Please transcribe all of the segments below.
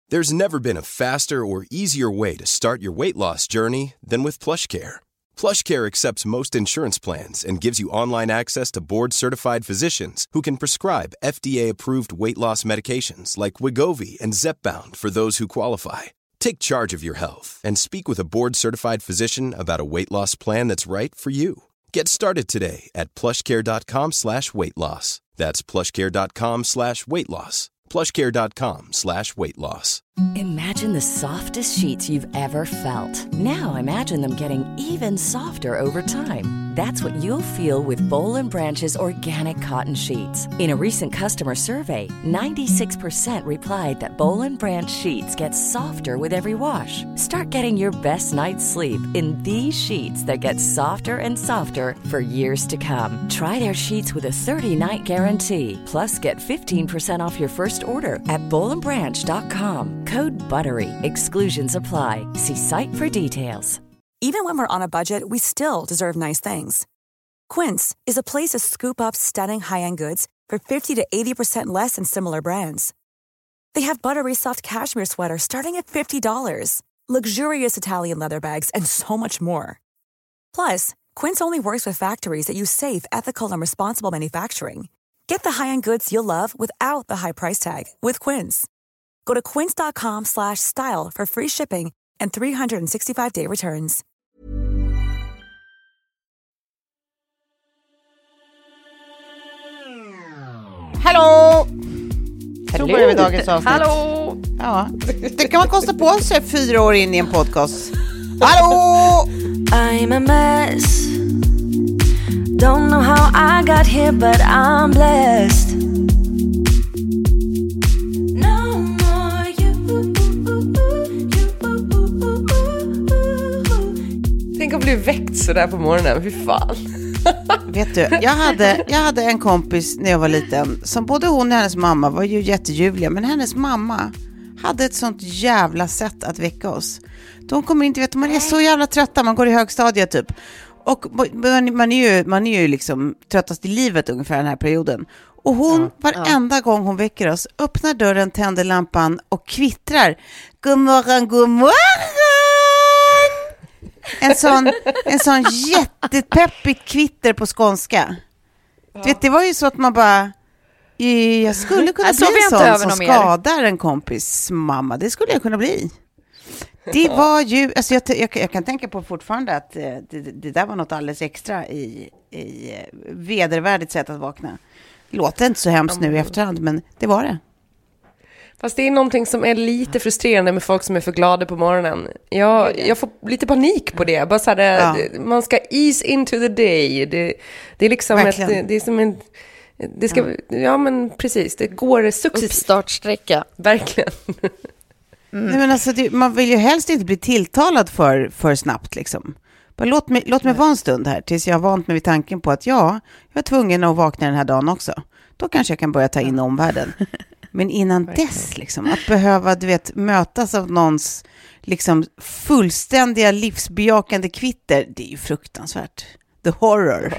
There's never been a faster or easier way to start your weight loss journey than with PlushCare. PlushCare accepts most insurance plans and gives you online access to board-certified physicians who can prescribe FDA-approved weight loss medications like Wegovy and Zepbound for those who qualify. Take charge of your health and speak with a board-certified physician about a weight loss plan that's right for you. Get started today at plushcare.com/weightloss. That's plushcare.com/weightloss. plushcare.com/weightloss. Imagine the softest sheets you've ever felt. Now imagine them getting even softer over time. That's what you'll feel with Boll & Branch's organic cotton sheets. In a recent customer survey, 96% replied that Boll & Branch sheets get softer with every wash. Start getting your best night's sleep in these sheets that get softer and softer for years to come. Try their sheets with a 30-night guarantee. Plus, get 15% off your first order at bollandbranch.com. Code BUTTERY. Exclusions apply. See site for details. Even when we're on a budget, we still deserve nice things. Quince is a place to scoop up stunning high-end goods for 50 to 80% less than similar brands. They have buttery soft cashmere sweaters starting at $50, luxurious Italian leather bags, and so much more. Plus, Quince only works with factories that use safe, ethical, and responsible manufacturing. Get the high-end goods you'll love without the high price tag with Quince. Go to quince.com/style for free shipping and 365-day returns. Hallå! Så börjar vi dagens avsnitt. Hallå! Ja, det kan man kosta på sig 4 år in i en podcast. Hallå! I'm a mess. Don't know how I got here, but I'm blessed. No more you. Tänk att bli väckt så där på morgonen, fy fan. Vet du, jag hade en kompis när jag var liten som både hon och hennes mamma var ju jätteljuvliga, men hennes mamma hade ett sånt jävla sätt att väcka oss. De kommer inte, vet du, man är så jävla trötta, man går i högstadiet typ. Och man är ju liksom tröttast i livet ungefär den här perioden. Och hon, varenda gång hon väcker oss, öppnar dörren, tänder lampan och kvittrar. God morgon, god morgon! En sån jättepeppigt kvitter på skånska. Du vet, det var ju så att man bara... Jag skulle kunna bli en sån som skadar en kompis mamma. Det skulle jag kunna bli. Det var ju... Alltså jag kan tänka på fortfarande att det där var något alldeles extra i vedervärdigt sätt att vakna. Det låter inte så hemskt nu i efterhand, men det var det. Fast det är någonting som är lite frustrerande med folk som är för glada på morgonen. Jag får lite panik på det. Bara så här, man ska ease into the day. Det är liksom det är som en... Det ska, ja men precis, det går successivt. Uppstartsträcka. Verkligen. Nej, men alltså, man vill ju helst inte bli tilltalad för snabbt liksom. Bara låt mig vara en stund här tills jag har vant mig vid tanken på att jag är tvungen att vakna den här dagen också. Då kanske jag kan börja ta in omvärlden. Men innan dess liksom, att behöva, du vet, mötas av någons liksom fullständiga livsbejakande kvitter, det är ju fruktansvärt. The horror.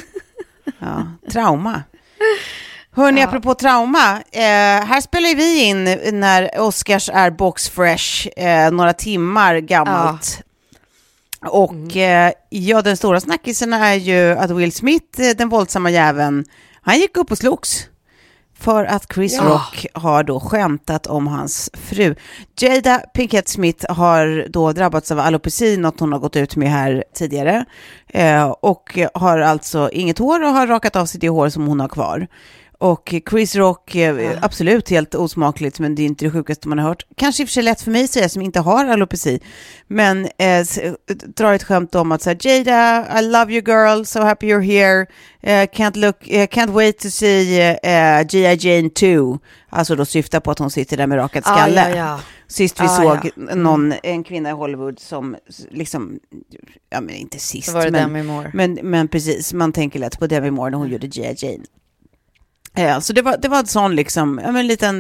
Ja, trauma. Hörrni, apropå trauma, här spelar vi in när Oscars är box fresh, några timmar gammalt. Och den stora snackisen är ju att Will Smith, den våldsamma jäveln, han gick upp och slogs. För att Chris Rock har då skämtat om hans fru. Jada Pinkett Smith har då drabbats av alopeci, något hon har gått ut med här tidigare. Och har alltså inget hår och har rakat av sig det hår som hon har kvar. Och Chris Rock, absolut helt osmakligt, men det är inte det sjukaste man har hört. Kanske i och för sig lätt för mig att säga som inte har alopeci. Men drar ett skämt om att säga, Jada, I love you girl, so happy you're here. Can't wait to see G.I. Jane 2. Alltså då syftar på att hon sitter där med rakat skalle. Sist vi såg en kvinna i Hollywood som liksom, ja men inte sist. var det Demi Moore. Men precis, man tänker lätt på Demi Moore när hon gjorde G.I. Jane. Så det var en sån liksom, en liten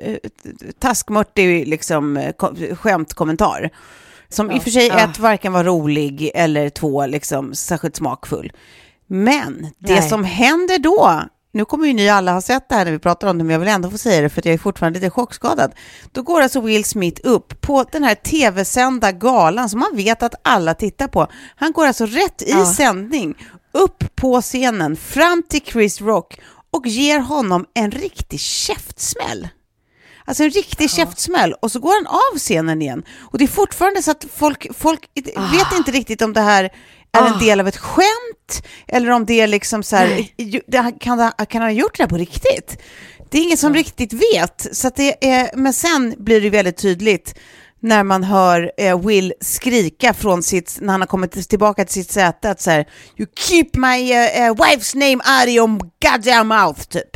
taskmörtig liksom skämtkommentar. Som i och för sig varken var rolig eller två liksom särskilt smakfull. Men det som händer då nu kommer ju ni alla ha sett det här när vi pratar om det, men jag vill ändå få säga det för att jag är fortfarande lite chockskadad. Då går alltså Will Smith upp på den här tv-sända galan som man vet att alla tittar på. Han går alltså rätt i sändning upp på scenen fram till Chris Rock och ger honom en riktig käftsmäll. Alltså en riktig käftsmäll. Och så går han av scenen igen. Och det är fortfarande så att folk vet inte riktigt om det här är en del av ett skämt eller om det är liksom så här, kan han ha gjort det här på riktigt? Det är ingen som riktigt vet. Så att det är, men sen blir det väldigt tydligt när man hör Will skrika från när han har kommit tillbaka till sitt säte att så här, you keep my wife's name out of your goddamn mouth, typ.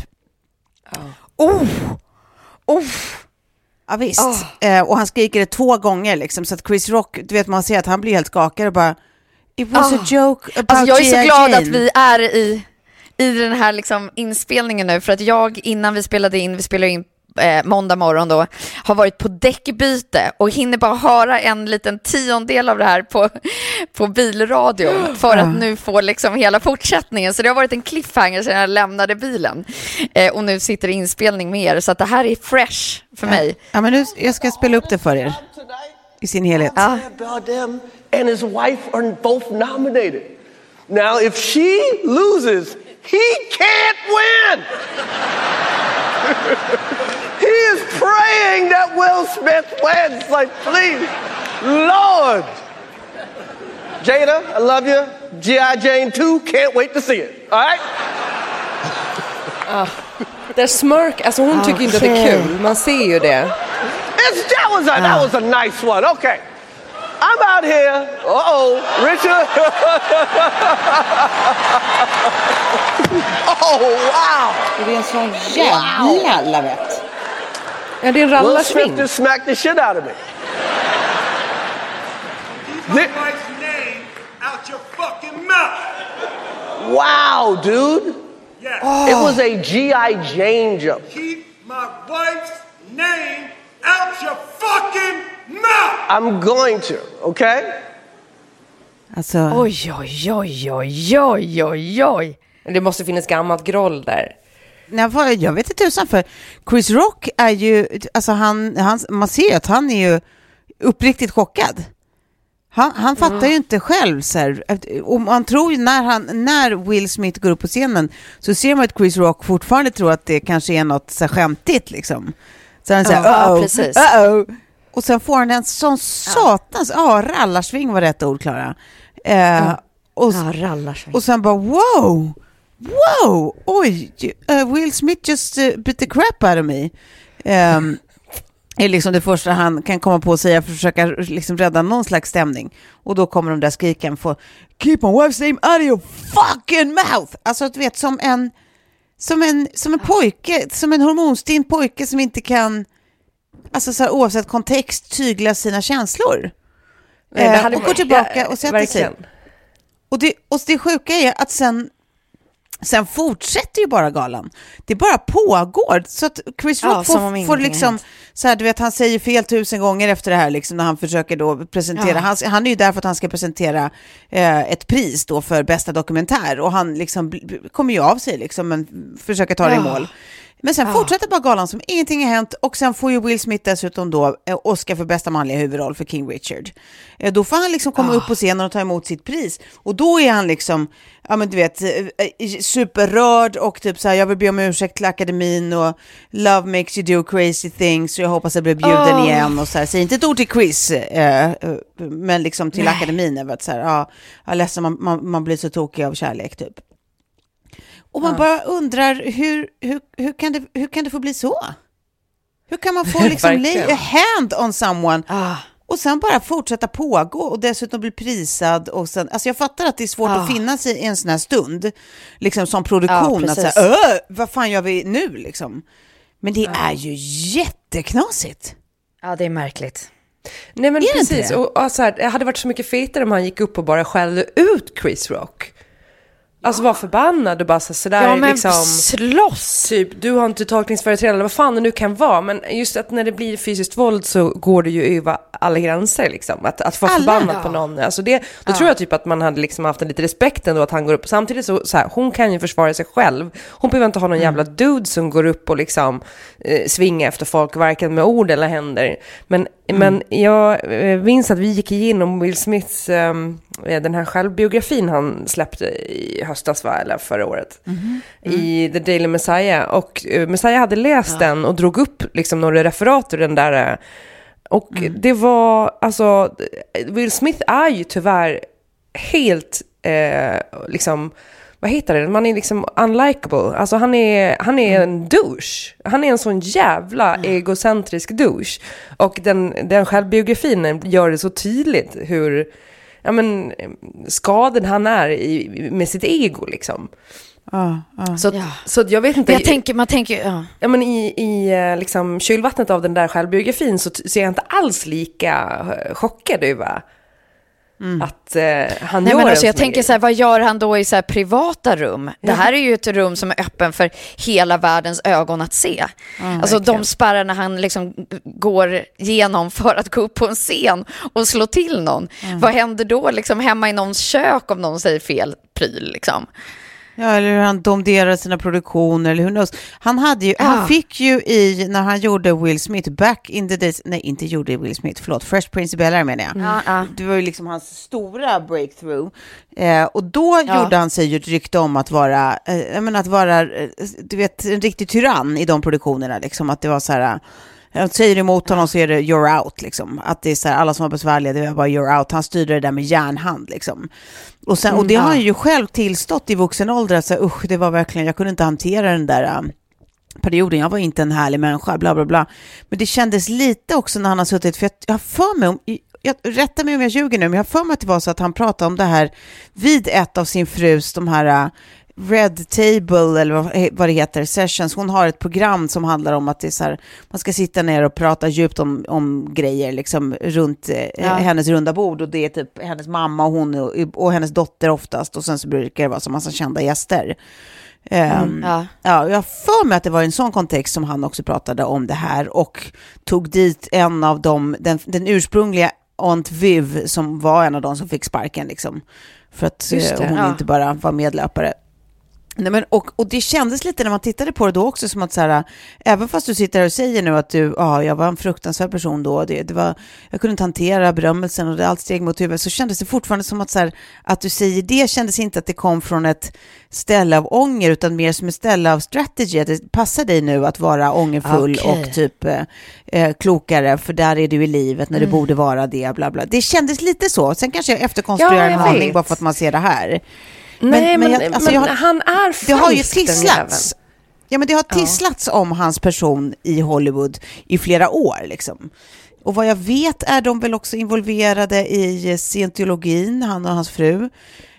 Ja, visst. Och han skriker det 2 gånger liksom, så att Chris Rock, du vet, man ser att han blir helt skakad och bara it was a joke about alltså, jag är så glad Jane. att vi är i den här liksom inspelningen nu, för att jag innan vi spelade in måndag morgon då, har varit på däckbyte och hinner bara höra en liten 10-del av det här på bilradion för att nu få liksom hela fortsättningen. Så det har varit en cliffhanger sedan jag lämnade bilen. Och nu sitter det inspelning med er, så att det här är fresh för mig. Ja, men nu, jag ska spela upp det för er i sin helhet. Bardem and his wife are both nominated. Now if she loses, he can't win. He is praying that Will Smith wins. Like, please, Lord. Jada, I love you. G.I. Jane 2, can't wait to see it. All right? Det smörk, alltså hon tycker inte att det är kul. Man ser ju det. That was a nice one. Okay. I'm out here. Richard. Oh, wow. Det är en sån jävla lavett. Ja, det är en rallarsving. Will Smith just smacked the shit out of me. Keep my wife's name out your fucking mouth. Wow, dude. Yeah. It was a G.I. Jane joke. Keep my wife's name out your fucking mouth. I'm going to, okay? Alltså... Oj. Det måste finnas gammalt groll där. Nej, jag vet inte tusan, för Chris Rock är ju, alltså man ser ju att han är ju uppriktigt chockad. Han fattar ju inte själv så här, och man tror ju när Will Smith går upp på scenen så ser man att Chris Rock fortfarande tror att det kanske är något så här skämtigt liksom. Så han säger precis. Och sen får han en sån satans rallarsving var rätt ord, Klara. Rallarsving. Och sen bara wow, oj, Will Smith just beat the crap out of me. Är liksom det första han kan komma på att säga för att försöka liksom rädda någon slags stämning. Och då kommer de där skriken för keep my wife's name out of your fucking mouth. Alltså du vet, som en pojke, som en hormonstinn pojke som inte kan, alltså så här, oavsett kontext, tygla sina känslor. Och går tillbaka och sätter sig. Och det sjuka är att sen fortsätter ju bara galan. Det bara pågår, så att Chris Rock får liksom så här, du vet, han säger fel 1000 gånger efter det här liksom, när han försöker då presentera, han är ju där för att han ska presentera ett pris då för bästa dokumentär, och han liksom kommer ju av sig liksom, men försöker ta det i mål. Men sen fortsätter bara galan som ingenting har hänt, och sen får ju Will Smith dessutom då Oscar för bästa manliga huvudroll för King Richard. Då får han liksom komma upp på scenen och ta emot sitt pris, och då är han liksom, ja men du vet, superrörd och typ så här, jag vill be om ursäkt till akademin och love makes you do crazy things, och jag hoppas jag blir bjuden igen, och så här, säg inte ett ord till Chris, men liksom till akademin, över att så här, jag ledsen, man blir så tokig av kärlek typ. Och man bara undrar, hur kan det få bli så? Hur kan man få liksom lay a hand on someone och sen bara fortsätta pågå och dessutom bli prisad, och sen, alltså jag fattar att det är svårt att finna sig i en sån här stund liksom som produktion, att säga, vad fan gör vi nu liksom? Men det är ju jätteknasigt. Ja, det är märkligt. Nej, men precis, och så här, det hade varit så mycket fetare om han gick upp och bara skällde ut Chris Rock. Alltså var förbannad och bara sådär. Ja, men liksom, slåss. Typ, du har inte tolkningsföreträdare eller vad fan det nu kan vara. Men just att när det blir fysiskt våld så går det ju över alla gränser liksom. Att få förbannad på någon. Alltså då tror jag typ att man hade liksom haft en lite respekt ändå att han går upp. Samtidigt så här, hon kan ju försvara sig själv. Hon behöver inte ha någon jävla dude som går upp och liksom svinga efter folk, varken med ord eller händer. Men jag minns att vi gick igenom Will Smiths den här självbiografin han släppte i höstas eller förra året i The Daily Messiah, och Messiah hade läst den och drog upp liksom några referat ur den där, och det var alltså Will Smith är ju tyvärr helt liksom, vad heter det? Man är liksom unlikable. Alltså han är en douche. Han är en sån jävla egocentrisk douche. Och den självbiografin gör det så tydligt hur skadad han är med sitt ego liksom. Så jag vet inte. Man tänker ja, men i liksom kylvattnet av den där självbiografin så ser jag inte alls lika chockad över att han gör men alltså jag tänker så här, vad gör han då i så här privata rum? Det här är ju ett rum som är öppen för hela världens ögon att se. Alltså de spärrarna han liksom går igenom för att gå upp på en scen och slå till någon. Vad händer då liksom hemma i någons kök om någon säger fel pryl liksom? Ja, eller hur han domderar sina produktioner, eller hur knows. Han fick ju när han gjorde Will Smith back in the days, nej inte gjorde Will Smith, förlåt, Fresh Prince of Bel-Air menar jag. Det var ju liksom hans stora breakthrough. Och då gjorde han sig ju ett rykte om att vara, du vet, en riktig tyrann i de produktionerna liksom, att det var så här. Jag säger emot honom så är det you're out liksom. Att det är så här, alla som var besvärliga, det var bara you're out. Han styrde det där med järnhand liksom. Och det har han ju själv tillstått i vuxen ålder. Så det var verkligen, jag kunde inte hantera den där perioden. Jag var inte en härlig människa, bla bla bla. Men det kändes lite också när han har suttit, för jag har för mig rätta mig om jag ljuger nu, men jag har för mig att det var så att han pratade om det här vid ett av sin frus, de här Red Table eller vad det heter, sessions. Hon har ett program som handlar om att det är så här, man ska sitta ner och prata djupt om grejer liksom runt hennes runda bord, och det är typ hennes mamma och hon och hennes dotter oftast, och sen så brukar det vara så massa kända gäster. Jag har för mig att det var en sån kontext som han också pratade om det här, och tog dit en av dem, den ursprungliga Aunt Viv, som var en av dem som fick sparken liksom, för att hon inte bara var medlöpare. Nej, men, och det kändes lite när man tittade på det då också som att så här, även fast du sitter här och säger nu att jag var en fruktansvärd person då, det var, jag kunde inte hantera berömmelsen och det allt steg mot huvudet, så kändes det fortfarande som att så här, att du säger det kändes inte att det kom från ett ställe av ånger, utan mer som ett ställe av strategy, att det passar dig nu att vara ångerfull och typ klokare, för där är du i livet när du borde vara det, bla bla. Det kändes lite så. Sen kanske jag efterkonstruerar en aning bara för att man ser det här. Men han är falsk. Det har ju tisslats. Ja, men det har tisslats om hans person i Hollywood i flera år liksom. Och vad jag vet är de väl också involverade i scientologin, han och hans fru.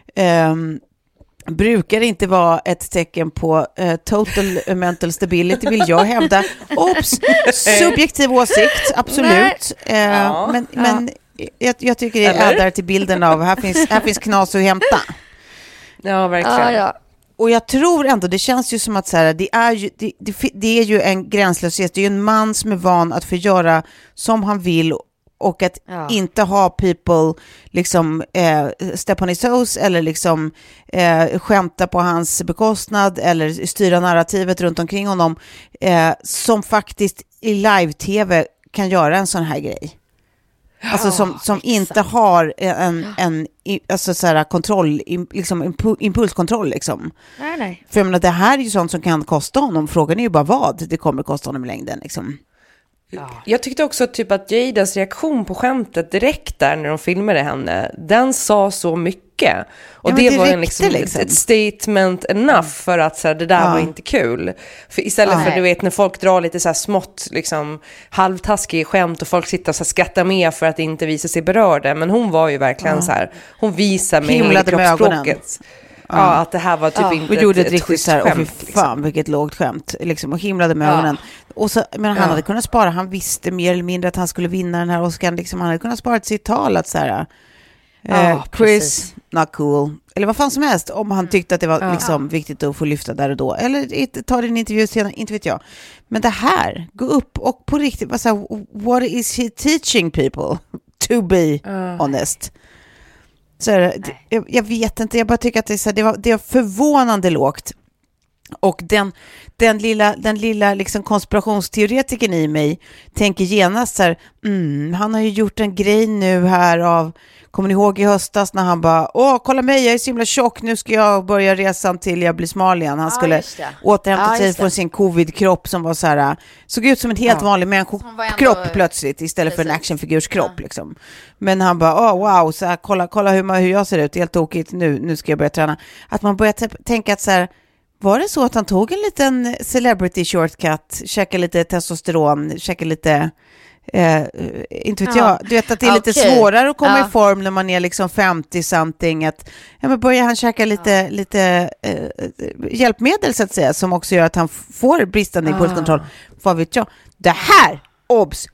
Brukar inte vara ett tecken på total mental stability, vill jag hävda. Subjektiv åsikt, absolut. Men jag tycker det är där till bilden av här finns knas att hämta. Ja, verkligen. Och jag tror ändå, det känns ju som att så här, det är ju en gränslöshet. Det är ju en man som är van att få göra som han vill, och att inte ha people liksom step on his toes, eller liksom skämta på hans bekostnad, eller styra narrativet runt omkring honom, som faktiskt i live-tv kan göra en sån här grej. Alltså som inte har en alltså så här kontroll, liksom impulskontroll liksom. Nej. För jag menar, det här är ju sånt som kan kosta honom. Frågan är ju bara vad det kommer kosta honom i längden liksom. Jag tyckte också typ att Jadas reaktion på skämtet direkt där när de filmade henne, den sa så mycket. Och det var en liksom ett statement enough för att så här, det där var inte kul. För istället för, du vet, när folk drar lite så här smått liksom halvtaskig skämt och folk sitter och så här skrattar med för att inte visa sig berörda. Men hon var ju verkligen så här, hon visar med hela kroppsspråket. Att det här var typ inte och gjorde ett riktigt så här, skämt, fan vilket lågt skämt liksom, och himlade med ögonen. Och så, men han hade kunnat spara, han visste mer eller mindre att han skulle vinna den här Oscar liksom, han hade kunnat spara sitt tal att så här, Chris, not cool. Eller vad fan som helst, om han tyckte att det var liksom viktigt att få lyfta där och då. Eller ta en intervju senare, inte vet jag. Men det här, gå upp och på riktigt, bara så här, what is he teaching people? To be honest. Så jag vet inte, jag bara tycker att det är så här, det var förvånande lågt. Och den lilla liksom konspirationsteoretiken i mig tänker genast så här, han har ju gjort en grej nu här av, kommer ni ihåg i höstas när han bara, kolla mig, jag är så himla tjock, nu ska jag börja resan till jag blir smal igen. Han skulle återhämta sig från sin covid-kropp som var så här, såg ut som en helt vanlig människokropp plötsligt istället för en actionfigurskropp liksom. Men han bara, wow, så här, kolla hur jag ser ut, helt tokigt, nu ska jag börja träna. Att man börjar tänka att så här, var det så att han tog en liten celebrity shortcut, käkade lite testosteron, käkade lite, inte vet jag, du vet att det är lite svårare att komma i form när man är liksom 50-something, att men börjar han käka lite hjälpmedel så att säga, som också gör att han får bristande impulskontroll, vad vet jag. Det här, obs,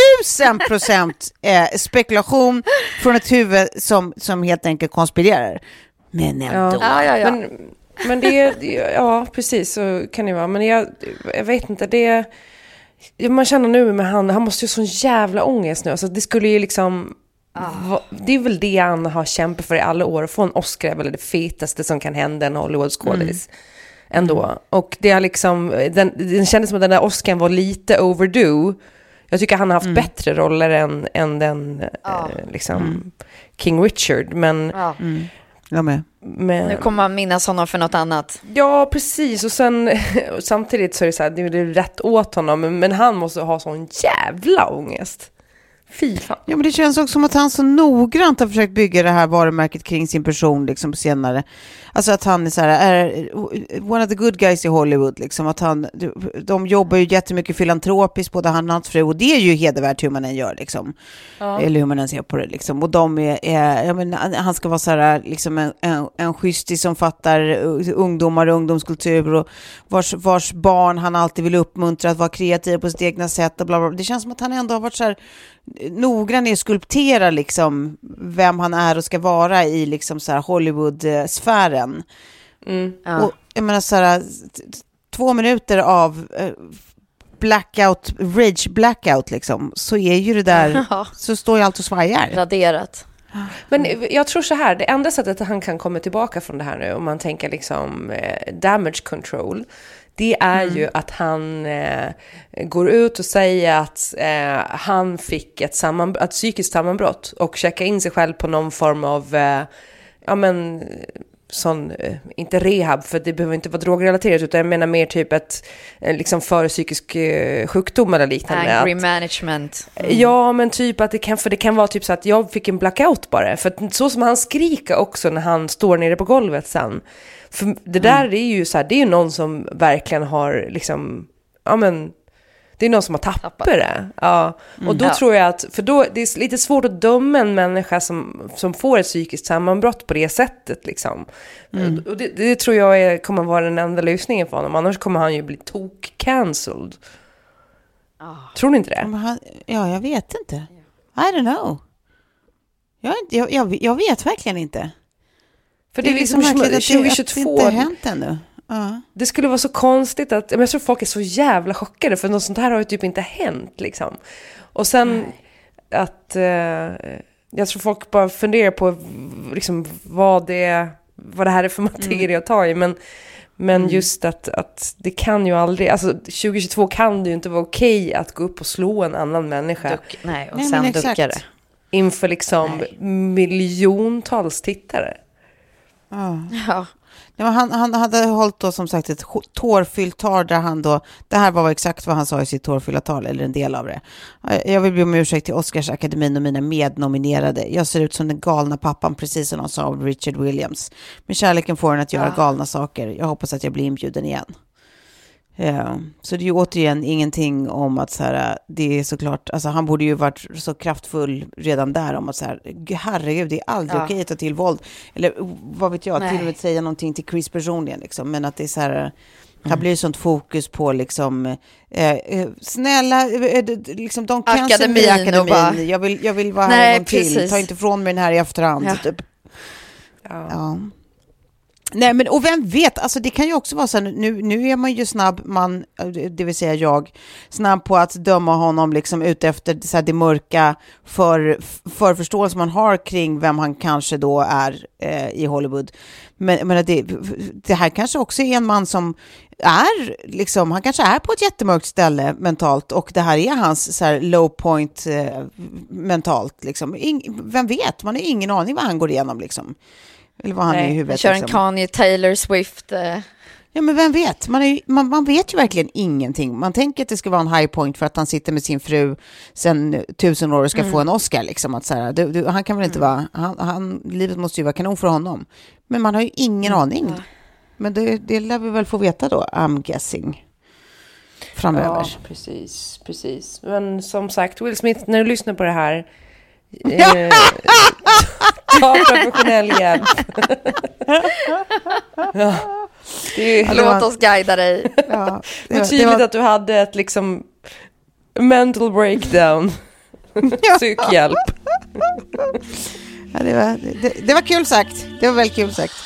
1000% spekulation från ett huvud som helt enkelt konspirerar. Men ändå. Men det, ja precis så kan det vara. Men jag vet inte, det man känner nu med han måste ju sån jävla ångest nu. Alltså det skulle ju liksom det är väl det han har kämpat för i alla år. Att få en Oscar är väl det fetaste som kan hända en Hollywood-skådis ändå. Och det är liksom den kändes som att den där Oscar var lite overdue. Jag tycker han har haft bättre roller än den liksom King Richard, men Men nu kommer man minnas honom för något annat. Ja, precis. Och sen samtidigt så är det så här, det är rätt åt honom, men han måste ha sån jävla ångest. Fy fan. Ja, men det känns också som att han så noggrant har försökt bygga det här varumärket kring sin person liksom senare. Alltså att han är så här, är one of the good guys i Hollywood liksom, att de jobbar ju jättemycket filantropiskt, både han och hans fru, och det är ju hedervärt hur man än gör liksom. Eller hur man än ser på det liksom. Och de jag menar, han ska vara så här liksom en schystis som fattar ungdomar och ungdomskultur, och vars barn han alltid vill uppmuntra att vara kreativ på sitt egna sätt och bla bla. Det känns som att han ändå har varit så här noggrann i att skulptera liksom vem han är och ska vara i liksom så här Hollywood-sfären. Och jag menar så här 2 minuter av rage blackout liksom, så är ju det där så står ju allt och svajar. Raderat. Men jag tror så här, det enda sättet att han kan komma tillbaka från det här nu, om man tänker liksom damage control, det är ju att han går ut och säger att han fick ett psykiskt sammanbrott och checka in sig själv på någon form av sån, inte rehab, för det behöver inte vara drogrelaterat, utan jag menar mer typ ett liksom för psykisk sjukdom eller liknande. Angry management. Ja, men typ att det kan vara typ så att jag fick en blackout bara, för så som han skriker också när han står nere på golvet sen. För det där är ju så här, det är ju någon som verkligen har liksom, det är någon som har tappat det. Ja. Och då tror jag att, för då det är lite svårt att döma en människa som får ett psykiskt sammanbrott på det sättet liksom. Och det tror jag kommer vara den enda lösningen för honom. Annars kommer han ju bli tok-cancelled. Tror ni inte det? Jag vet inte. I don't know. Jag vet verkligen inte. För det är liksom 2022. Det har inte hänt ännu. Det skulle vara så konstigt att, jag tror folk är så jävla chockade, för något sånt här har ju typ inte hänt liksom. Och sen att jag tror folk bara funderar på liksom vad det här är för materia att ta i, men just att det kan ju aldrig, alltså 2022 kan det ju inte vara okej att gå upp och slå en annan människa. Sen duckar det. Inför liksom miljontals tittare. Ja. Ja, han hade hållit då som sagt ett tårfyllt tal där han då, det här var exakt vad han sa i sitt tårfyllda tal, eller en del av det. Jag vill be om ursäkt till Oscarsakademin och mina mednominerade. Jag ser ut som den galna pappan, precis som de sa av Richard Williams. Men kärleken får en att göra galna saker. Jag hoppas att jag blir inbjuden igen. Så det är ju återigen ingenting om att så här, det är såklart, alltså han borde ju varit så kraftfull redan där om att så här, herregud, det är aldrig okej att ta till våld, eller vad vet jag, till och med säga någonting till Chris personligen liksom, men att det är så här, Här blir det sånt fokus på liksom snälla, liksom de kan akademin. Bara... Jag vill vara här en gång till. Ta inte från mig den här i efterhand. Typ. Ja. Nej, men och vem vet, alltså det kan ju också vara så här, nu är man ju snabb, det vill säga jag, snabb på att döma honom liksom ut efter så här, det mörka för förståelse man har kring vem han kanske då är i Hollywood. Men det här kanske också är en man som är liksom, han kanske är på ett jättemörkt ställe mentalt, och det här är hans så här low point mentalt liksom. Vem vet, man har ingen aning vad han går igenom liksom. Eller vad han är i huvudet. Kör en Kanye, Taylor Swift. Ja, men vem vet? Man vet ju verkligen ingenting. Man tänker att det ska vara en high point för att han sitter med sin fru sen 1000 år och ska få en Oscar. Liksom, att så här, han kan väl inte vara... livet måste ju vara kanon för honom. Men man har ju ingen aning. Men det lär vi väl få veta då, I'm guessing. Framöver. Ja, precis. Men som sagt, Will Smith, när du lyssnar på det här... ta professionell hjälp. Låt oss guida dig. Det var tydligt att du hade ett liksom mental breakdown. Psykhjälp. Ja, det var kul sagt. Det var väldigt kul sagt.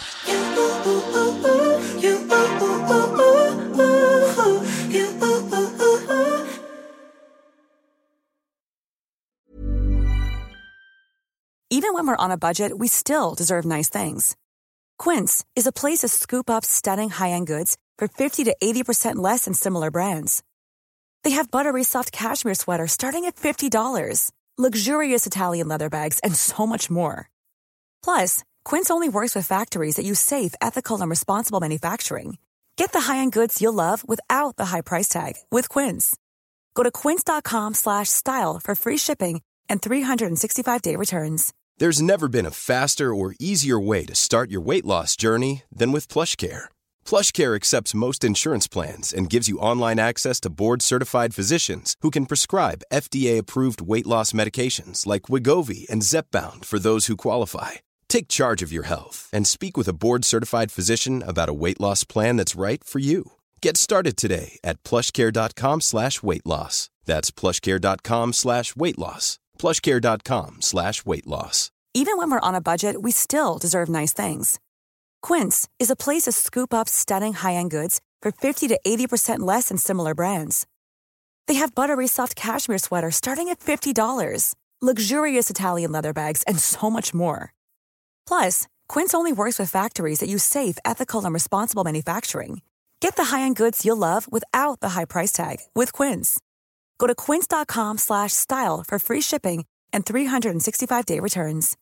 Even when we're on a budget, we still deserve nice things. Quince is a place to scoop up stunning high-end goods for 50 to 80% less than similar brands. They have buttery soft cashmere sweaters starting at $50, luxurious Italian leather bags, and so much more. Plus, Quince only works with factories that use safe, ethical, and responsible manufacturing. Get the high-end goods you'll love without the high price tag with Quince. Go to quince.com/style for free shipping and 365-day returns. There's never been a faster or easier way to start your weight loss journey than with PlushCare. PlushCare accepts most insurance plans and gives you online access to board-certified physicians who can prescribe FDA-approved weight loss medications like Wegovy and Zepbound for those who qualify. Take charge of your health and speak with a board-certified physician about a weight loss plan that's right for you. Get started today at plushcare.com/weightloss. That's plushcare.com/weightloss. plushcare.com/weightloss. Even when we're on a budget, we still deserve nice things. Quince is a place to scoop up stunning high-end goods for 50 to 80% less than similar brands. They have buttery soft cashmere sweaters starting at $50, luxurious Italian leather bags, and so much more. Plus, Quince only works with factories that use safe, ethical, and responsible manufacturing. Get the high-end goods you'll love without the high price tag with Quince. Go to quince.com/style for free shipping and 365-day returns.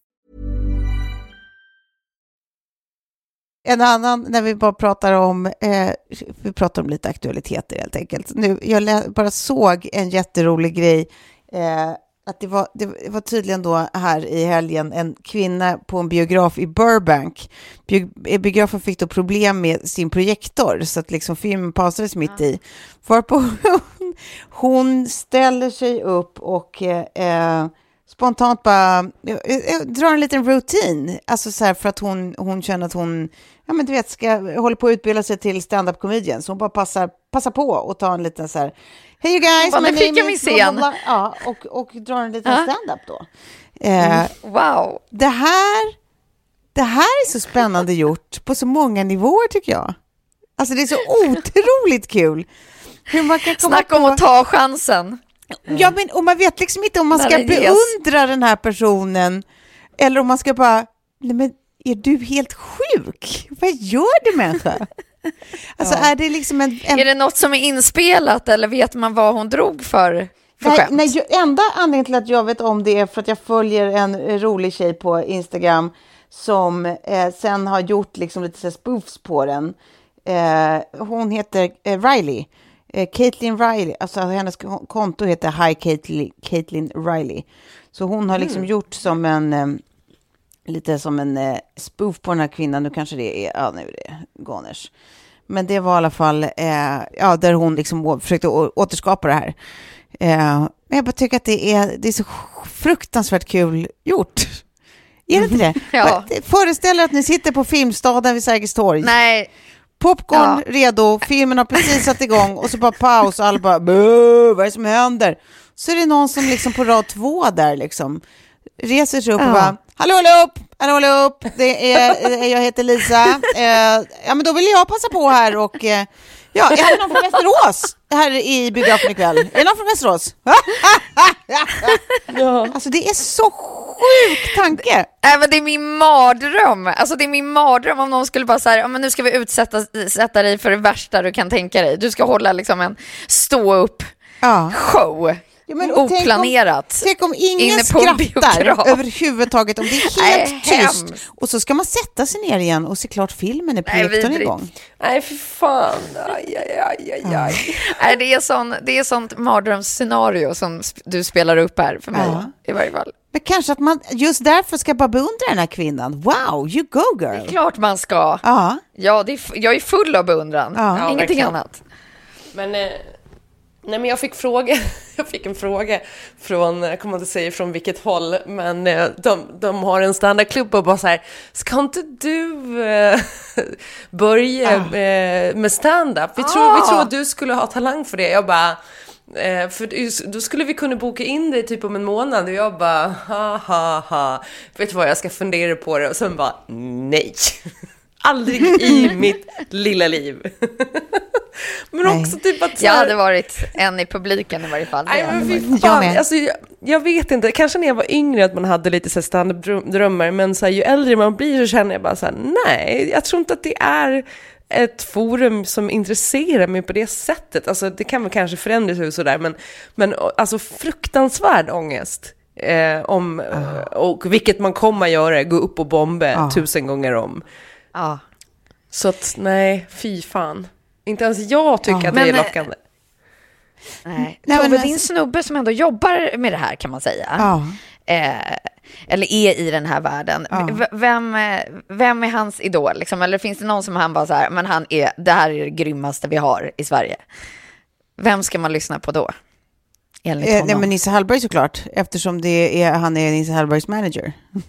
En annan, när vi bara pratar om lite aktualiteter helt enkelt. Nu, jag bara såg en jätterolig grej, att det var tydligen då här i helgen en kvinna på en biograf i Burbank. Biografen fick då problem med sin projektor, så att liksom filmen pausades mitt i. Varpå hon ställer sig upp och spontant bara drar en liten rutin. Alltså så här, för att hon känner att hon, ja men du vet, håller på att utbilda sig till stand-up comedian. Så hon bara passar på och tar en liten så här, hey you guys, my name is ja, och drar en liten stand-up då. Wow. Det här är så spännande gjort på så många nivåer tycker jag. Alltså det är så otroligt kul. Hur man kan komma Snacka om att ta chansen. Ja, men och man vet liksom inte om man ska beundra den här personen eller om man ska bara, nej men är du helt sjuk? Vad gör du människa? Alltså är det liksom en... Är det något som är inspelat eller vet man vad hon drog för skämt? Nej, enda anledningen till att jag vet om det är för att jag följer en rolig tjej på Instagram som sen har gjort liksom lite så spoofs på den. Hon heter Riley. Caitlin Riley, alltså hennes konto heter Hi Caitlin Riley. Så hon har liksom gjort som en lite som en spoof på den här kvinnan. Nu kanske det är, ja nu är det Goners. Men det var i alla fall där hon liksom försökte återskapa det här. Men jag bara tycker att det är så fruktansvärt kul gjort. Är det inte det? Ja. Föreställ er att ni sitter på Filmstaden vid Sergels torg. Nej. Popcorn redo, filmen har precis satt igång och så bara paus och alla bara, vad är det som händer? Så är det någon som liksom på rad 2 där liksom reser sig upp och bara, hallå upp, jag heter Lisa, ja men då vill jag passa på här och ja, är det någon från Västerås här i biografen ikväll? Är det någon från Västerås? Ja. Alltså det är så sjuk tanke. Men det är min mardröm. Alltså det är min mardröm om någon skulle bara så här, men nu ska vi sätta dig för det värsta du kan tänka dig. Du ska hålla liksom en stå-upp show. Ja, men oplanerat. Tänk om ingen skrattar överhuvudtaget, om det är helt tyst. Och så ska man sätta sig ner igen och se klart filmen är projektorn igång. Nej, för fan. Nej, det är sånt mardrömsscenario som du spelar upp här för mig i varje fall. Men kanske att man just därför ska bara beundra den här kvinnan. Wow, you go girl. Det är klart man ska. Ja, jag är full av beundran. Ingenting verkligen. Annat. Men jag fick en fråga från, jag kommer inte säga från vilket håll, men de har en standardklubb och bara så här, ska inte du börja med stand-up? Vi tror att du skulle ha talang för det. Jag bara, för då skulle vi kunna boka in dig typ om en månad. Och jag bara, vet du vad, jag ska fundera på det. Och sen bara, nej. Aldrig i mitt lilla liv. Men också typ att jag hade varit en i publiken i varje fall. Nej, men fan, alltså, jag vet inte, kanske när jag var yngre att man hade lite så stand-up-drömmar, men så här, ju äldre man blir så känner jag bara så här, nej, jag tror inte att det är ett forum som intresserar mig på det sättet. Alltså det kan väl kanske förändras och sådär, men alltså fruktansvärd ångest och vilket man kommer göra, gå upp och bomba 1000 gånger om. Så att nej, fy fan. Inte ens jag tycker att det är lockande. Nej, Tove, din snubbe som ändå jobbar med det här kan man säga. Eller är i den här världen. Vem är hans idol? Liksom? Eller finns det någon som han bara så här, men det här är det grymmaste vi har i Sverige. Vem ska man lyssna på då? Nej, men Nisse Hallberg såklart. Eftersom han är Nisse Hallbergs manager.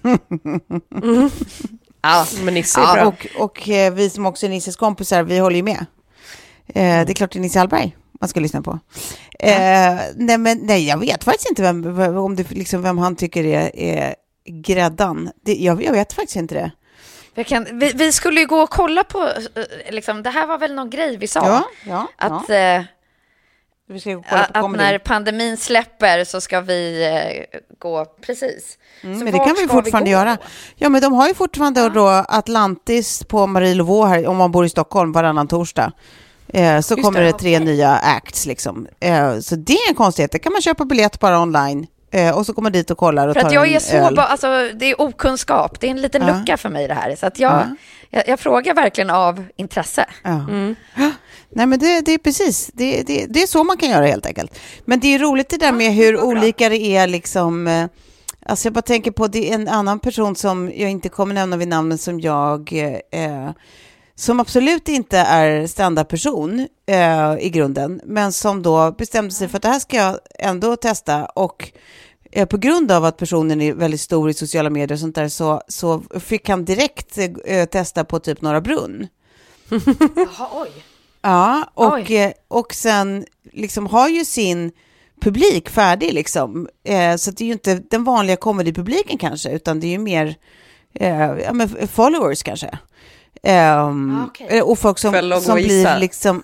Men Nisse är bra. Och vi som också är Nisses kompisar, vi håller ju med. Det är klart det är Nisse Hallberg man ska lyssna på. Nej, jag vet faktiskt inte vem han tycker är gräddan. Jag vet faktiskt inte det. Vi skulle ju gå och kolla på, liksom, det här var väl någon grej vi sa. Vi ska kolla på att när pandemin släpper så ska vi gå precis. Men det kan vi fortfarande göra. Ja, men de har ju fortfarande då Atlantis på Marielövå här, om man bor i Stockholm, varannan torsdag. Så kommer det 3 nya acts liksom. Så det är en konstighet. Det kan man köpa biljett bara online. Och så kommer dit och kollar och för tar att jag en är så öl. Alltså, det är okunskap. Det är en liten lucka för mig det här. Så att jag frågar verkligen av intresse. Nej, men det är precis. Det är så man kan göra helt enkelt. Men det är roligt det där med hur olika det är liksom. Alltså jag bara tänker på, det är en annan person som jag inte kommer nämna vid namn, som som absolut inte är stand-up-person i grunden, men som då bestämde sig för att det här ska jag ändå testa, och på grund av att personen är väldigt stor i sociala medier och sånt där, så fick han direkt testa på typ Norra Brunn. Jaha, oj. Ja, och sen liksom har ju sin publik färdig liksom. Så det är ju inte den vanliga comedy-publiken kanske, utan det är ju mer followers kanske. Och folk som blir liksom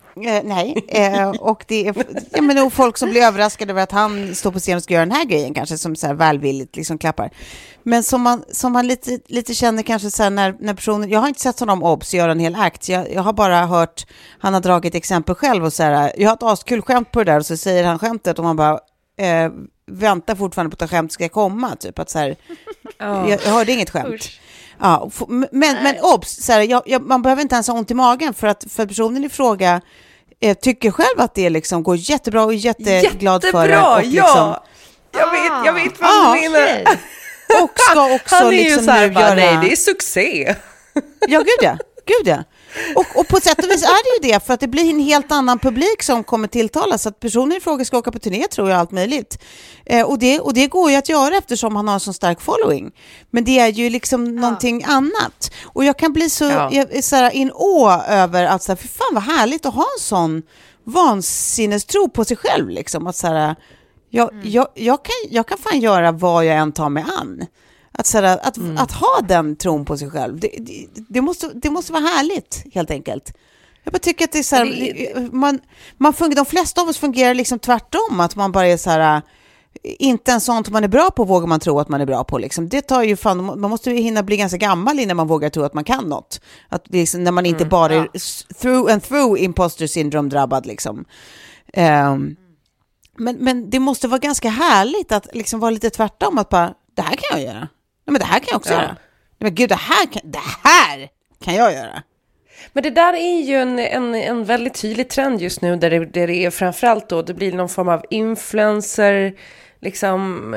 och det är och folk som blir överraskade över att han står på scen och ska göra den här grejen kanske, som så här välvilligt liksom klappar. Men som man lite känner kanske så här, när personen, jag har inte sett honom obs göra en hel akt. Jag har bara hört han har dragit exempel själv och så här, jag har ett askul skämt på det där, och så säger han skämtet och man bara väntar fortfarande på att skämt ska komma, typ att så här, jag hörde inget skämt. Ja, men obs, så här, man behöver inte ens ha ont i magen för personen i fråga tycker själv att det liksom går jättebra och är jätteglad för det. Och liksom, jag vet vad du menar. Och ska också han är liksom ju så här, nu göra... nej, det är succé. Ja, gud ja. Och på ett sätt och vis är det ju det, för att det blir en helt annan publik som kommer tilltalas. Så att personer i fråga ska åka på turné, tror jag, allt möjligt. Och det går ju att göra eftersom han har en så stark following. Men det är ju liksom någonting annat. Och jag kan bli så här in över att så här, för fan vad härligt att ha en sån vansinnestro på sig själv. Liksom. Att så här, jag kan fan göra vad jag än tar mig an. Att ha den tron på sig själv, det måste vara härligt, helt enkelt. Jag bara tycker att det är så här, de flesta av oss fungerar liksom tvärtom, att man bara är så här, inte en sånt man är bra på vågar man tro att man är bra på liksom. Det tar ju fan, man måste ju hinna bli ganska gammal innan man vågar tro att man kan något. Att liksom, när man inte bara är through and through imposter syndrome drabbad liksom. Men det måste vara ganska härligt att liksom vara lite tvärtom, att bara, det här kan jag göra. Nej, men det här kan jag också göra. Men gud, det här kan jag göra. Men det där är ju en väldigt tydlig trend just nu, där det är framförallt då, det blir någon form av influencer liksom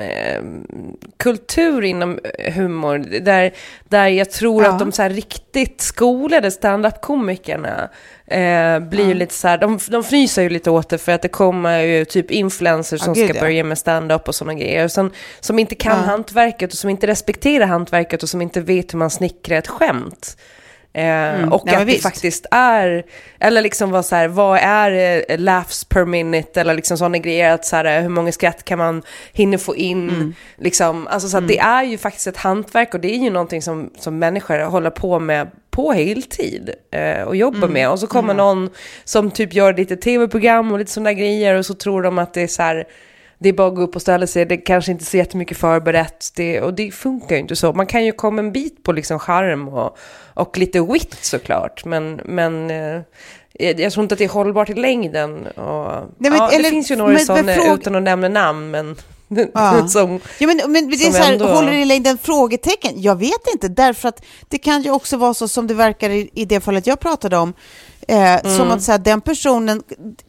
kultur inom humor, där jag tror att de så här riktigt skolade stand-up-komikerna blir ju lite så här, de fnyser ju lite åt det, för att det kommer ju typ influencers som ska börja med stand-up och såna grejer som inte kan hantverket och som inte respekterar hantverket och som inte vet hur man snickrar ett skämt. Och att det faktiskt är, eller liksom vad är laughs per minute, eller liksom sådana grejer, att så här, hur många skratt kan man hinna få in liksom, alltså så att det är ju faktiskt ett hantverk, och det är ju någonting som människor håller på med på heltid och jobbar med, och så kommer någon som typ gör lite tv-program och lite sådana grejer, och så tror de att det är så här, det är bara att gå upp och ställa sig, det kanske inte är så jättemycket förberett, och det funkar ju inte så. Man kan ju komma en bit på liksom charm och lite wit såklart, men jag tror inte att det är hållbart i längden. Det finns ju några sådana, utan att nämna namn, men men det är så här, håller i längden frågetecken? Jag vet inte, därför att det kan ju också vara så som det verkar i det fallet jag pratade om. Som att så här, den personen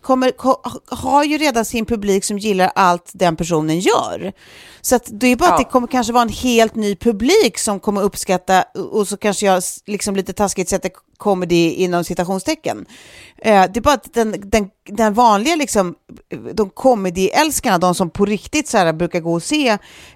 har ju redan sin publik som gillar allt den personen gör. Så att det är bara att det kommer kanske vara en helt ny publik som kommer uppskatta, och så kanske jag liksom lite taskigt sätter comedy inom citationstecken. Det är bara att den vanliga liksom, de comedy-älskarna, de som på riktigt så här brukar gå och se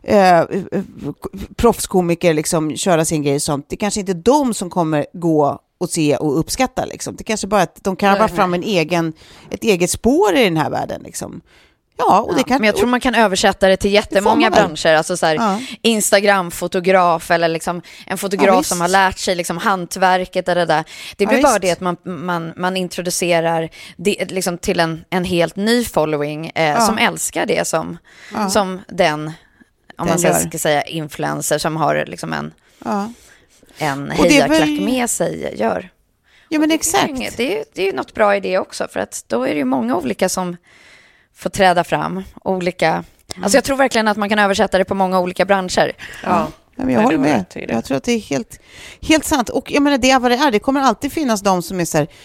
proffskomiker liksom köra sin grej och sånt, det kanske inte är de som kommer gå och se och uppskatta liksom. Det kanske bara att de kan ha fram ett eget spår i den här världen liksom. Och det kan, men jag tror man kan översätta det till jättemånga branscher, alltså så här, Instagram-fotograf, eller liksom en fotograf som har lärt sig liksom hantverket eller det där. Det blir bara det att man introducerar det liksom till en helt ny following som älskar det som den, om man ska säga influencer, som har liksom en hejaklack med sig gör. Ja, men exakt. Det är ju något bra i det också, för att då är det ju många olika som får träda fram, olika. Alltså jag tror verkligen att man kan översätta det på många olika branscher. Ja, men jag håller med. Jag tror att det är helt sant. Och jag menar, det är vad det är. Det kommer alltid finnas de som är så här,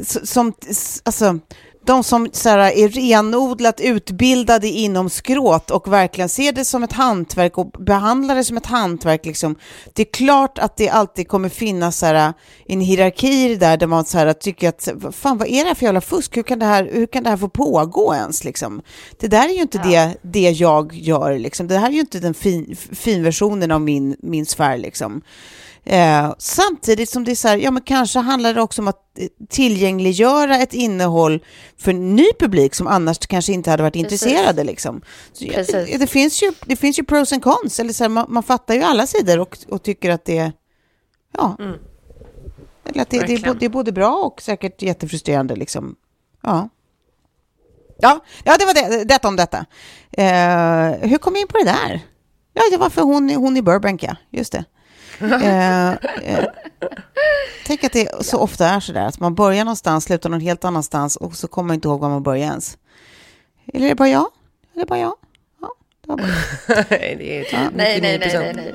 alltså de som så här, är renodlat utbildade inom skråt och verkligen ser det som ett hantverk och behandlar det som ett hantverk liksom. Det är klart att det alltid kommer finnas så här, en hierarki där man så här, tycker att fan, vad är det här för jävla fusk? Hur kan det här få pågå ens liksom? Det där är ju inte det jag gör liksom. Det här är ju inte den finversionen av min sfär liksom. Samtidigt som det är så här, men kanske handlar det också om att tillgängliggöra ett innehåll för en ny publik som annars kanske inte hade varit intresserade liksom. Så det finns ju pros and cons, eller så här, man fattar ju alla sidor och tycker att det eller att det är både bra och säkert jättefrustrerande liksom. Ja, det var det om detta. Hur kom jag in på det där? Ja, det var för hon i Burbank, just det. Tänk att det så ofta är så där att man börjar någonstans, slutar någon helt annanstans, och så kommer man inte ihåg var man börjar ens. Eller är det bara jag? Ja, det var bara. Det är typ Nej.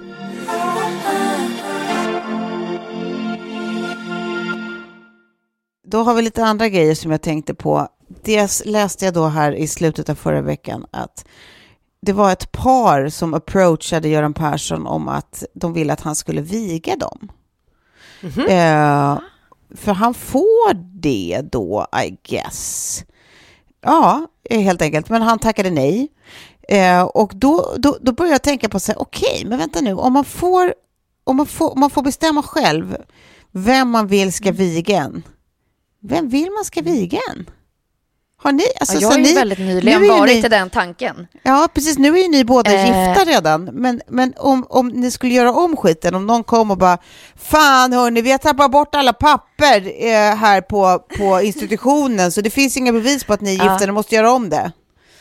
Då har vi lite andra grejer som jag tänkte på. Dels läste jag då här i slutet av förra veckan att det var ett par som approachade Göran Persson om att de ville att han skulle viga dem. för han får det då, I guess. Ja, helt enkelt. Men han tackade nej. Och då började jag tänka på så här, okej, men vänta nu. Om man får bestämma själv vem man vill ska viga en. Vem vill man ska viga en? Har ni, alltså, jag har ju väldigt nyligen varit i den tanken. Ja, precis. Nu är ju ni båda gifta redan. Men om ni skulle göra om skiten, om någon kom och bara, fan hörni, vi har tappat bort alla papper här på institutionen, så det finns inga bevis på att ni är gifta, ni måste göra om det.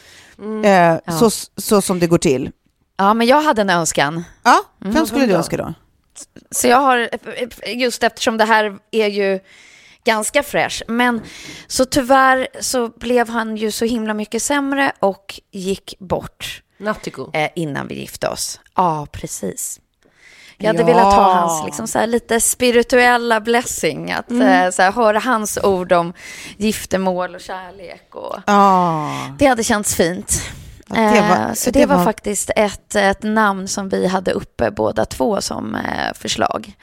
Så som det går till. Ja, men jag hade en önskan. Ja, vem skulle du önska då? Så jag har, just eftersom det här är ju ganska fräsch, men så tyvärr så blev han ju så himla mycket sämre och gick bort innan vi gifte oss. Ja, precis. Jag hade velat ha hans liksom så här lite spirituella blessing, att så här, höra hans ord om giftermål och kärlek och det hade känts fint. Så det var faktiskt ett namn som vi hade uppe båda två som förslag.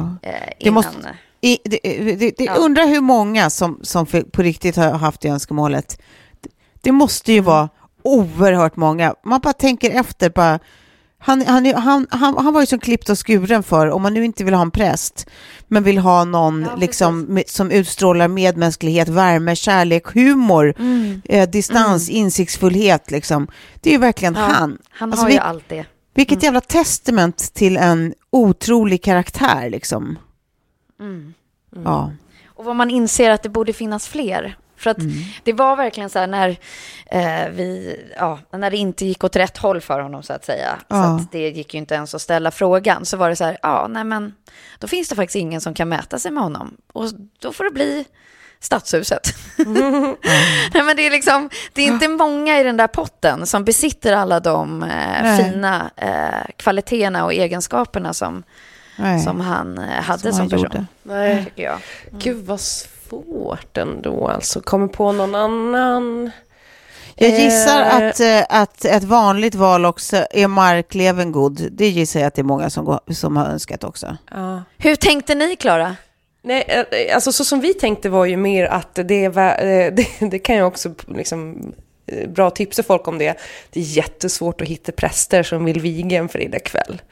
Undrar hur många som på riktigt har haft det önskemålet. Det måste ju vara oerhört många. Man bara tänker efter, bara, han var ju som klippt och skuren för, om man nu inte vill ha en präst men vill ha någon liksom, som utstrålar medmänsklighet, värme, kärlek, humor, distans, insiktsfullhet liksom. Det är ju verkligen han. Han har ju allt det. Vilket jävla testament till en otrolig karaktär liksom. Ja. Och vad man inser att det borde finnas fler. För att det var verkligen så här när det inte gick åt rätt håll för honom så att säga. Så att det gick ju inte ens att ställa frågan. Så var det så här, nej men då finns det faktiskt ingen som kan mäta sig med honom. Och då får det bli Stadshuset. Nej, men det är liksom, det är inte många i den där potten som besitter alla de fina kvaliteterna och egenskaperna som han hade som person. Nej, tycker jag. Gud vad svårt ändå. Alltså, kommer på någon annan. Jag gissar att ett vanligt val också är Mark Levengood. Det gissar jag att det är många som har önskat också. Ja. Hur tänkte ni, Klara? Nej, alltså så som vi tänkte var ju mer att det kan jag också liksom bra tipsa folk om det. Det är jättesvårt att hitta präster som vill viga en fredagkväll.